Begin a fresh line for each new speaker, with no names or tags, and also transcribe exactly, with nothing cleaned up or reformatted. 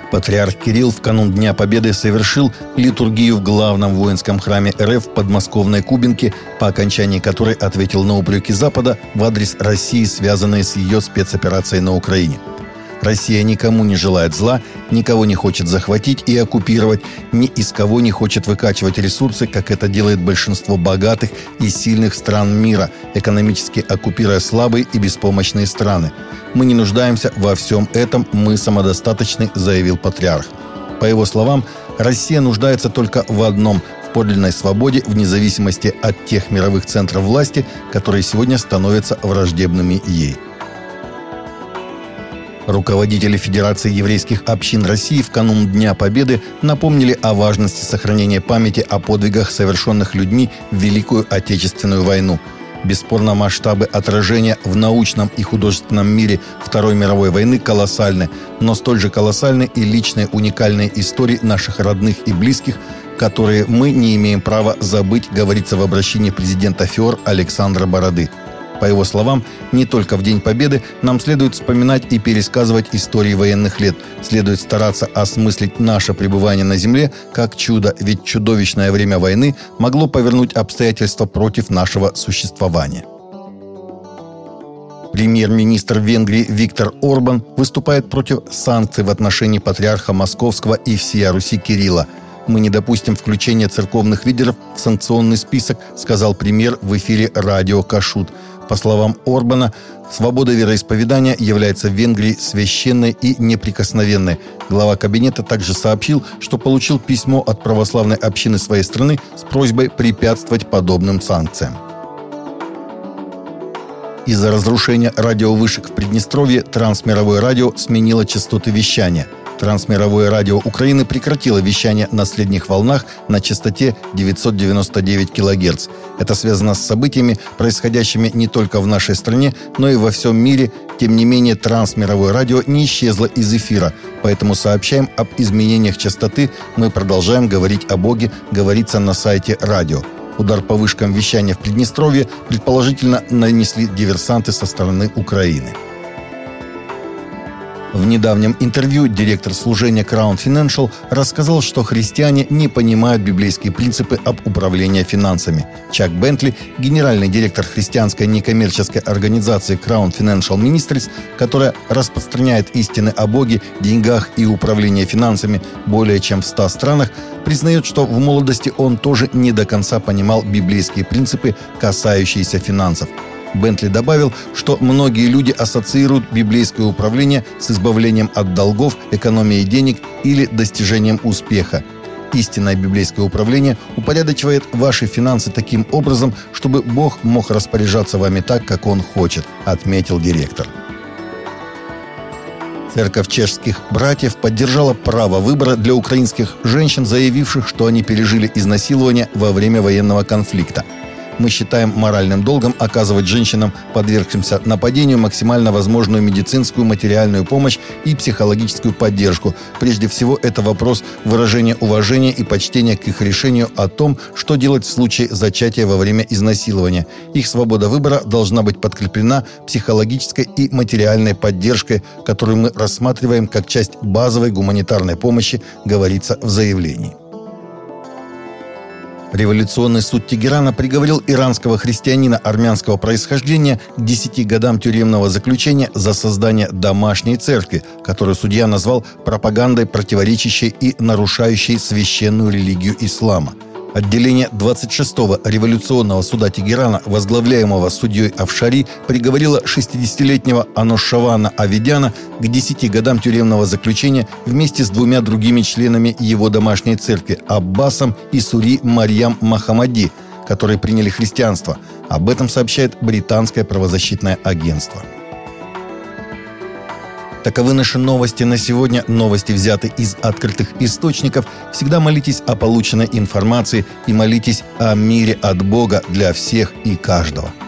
Патриарх Кирилл в канун Дня Победы совершил литургию в главном воинском храме РФ в подмосковной Кубинке, по окончании которой ответил на упреки Запада в адрес России, связанные с ее спецоперацией на Украине. Россия никому не желает зла, никого не хочет захватить и оккупировать, ни из кого не хочет выкачивать ресурсы, как это делает большинство богатых и сильных стран мира, экономически оккупируя слабые и беспомощные страны. Мы не нуждаемся во всем этом, мы самодостаточны, заявил патриарх. По его словам, Россия нуждается только в одном – в подлинной свободе, вне зависимости от тех мировых центров власти, которые сегодня становятся враждебными ей. Руководители Федерации еврейских общин России в канун Дня Победы напомнили о важности сохранения памяти о подвигах, совершенных людьми в Великую Отечественную войну. Бесспорно, масштабы отражения в научном и художественном мире Второй мировой войны колоссальны, но столь же колоссальны и личные уникальные истории наших родных и близких, которые мы не имеем права забыть, говорится в обращении президента ФИОР Александра Бороды. По его словам, не только в День Победы нам следует вспоминать и пересказывать истории военных лет. Следует стараться осмыслить наше пребывание на земле как чудо, ведь чудовищное время войны могло повернуть обстоятельства против нашего существования. Премьер-министр Венгрии Виктор Орбан выступает против санкций в отношении патриарха Московского и всея Руси Кирилла. «Мы не допустим включения церковных лидеров в санкционный список», сказал премьер в эфире радио «Кашут». По словам Орбана, свобода вероисповедания является в Венгрии священной и неприкосновенной. Глава кабинета также сообщил, что получил письмо от православной общины своей страны с просьбой препятствовать подобным санкциям. Из-за разрушения радиовышек в Приднестровье Трансмировое радио сменило частоты вещания. Трансмировое радио Украины прекратило вещание на средних волнах на частоте девятьсот девяносто девять килогерц. Это связано с событиями, происходящими не только в нашей стране, но и во всем мире. Тем не менее, Трансмировое радио не исчезло из эфира, поэтому сообщаем об изменениях частоты. Мы продолжаем говорить о Боге, говорится на сайте радио. Удар по вышкам вещания в Приднестровье предположительно нанесли диверсанты со стороны Украины. В недавнем интервью директор служения Crown Financial рассказал, что христиане не понимают библейские принципы об управлении финансами. Чак Бентли, генеральный директор христианской некоммерческой организации Crown Financial Ministries, которая распространяет истины о Боге, деньгах и управлении финансами более чем в ста странах, признает, что в молодости он тоже не до конца понимал библейские принципы, касающиеся финансов. Бентли добавил, что многие люди ассоциируют библейское управление с избавлением от долгов, экономией денег или достижением успеха. Истинное библейское управление упорядочивает ваши финансы таким образом, чтобы Бог мог распоряжаться вами так, как Он хочет, отметил директор. Церковь чешских братьев поддержала право выбора для украинских женщин, заявивших, что они пережили изнасилование во время военного конфликта. Мы считаем моральным долгом оказывать женщинам, подвергшимся нападению, максимально возможную медицинскую, материальную помощь и психологическую поддержку. Прежде всего, это вопрос выражения уважения и почтения к их решению о том, что делать в случае зачатия во время изнасилования. Их свобода выбора должна быть подкреплена психологической и материальной поддержкой, которую мы рассматриваем как часть базовой гуманитарной помощи, говорится в заявлении. Революционный суд Тегерана приговорил иранского христианина армянского происхождения к десяти годам тюремного заключения за создание домашней церкви, которую судья назвал пропагандой, противоречащей и нарушающей священную религию ислама. Отделение двадцать шестого революционного суда Тегерана, возглавляемого судьей Афшари, приговорило шестидесятилетнего Аношавана Авидяна к десяти годам тюремного заключения вместе с двумя другими членами его домашней церкви Аббасом и Сури Марьям Махамади, которые приняли христианство. Об этом сообщает британское правозащитное агентство. Таковы наши новости на сегодня. Новости взяты из открытых источников. Всегда молитесь о полученной информации и молитесь о мире от Бога для всех и каждого.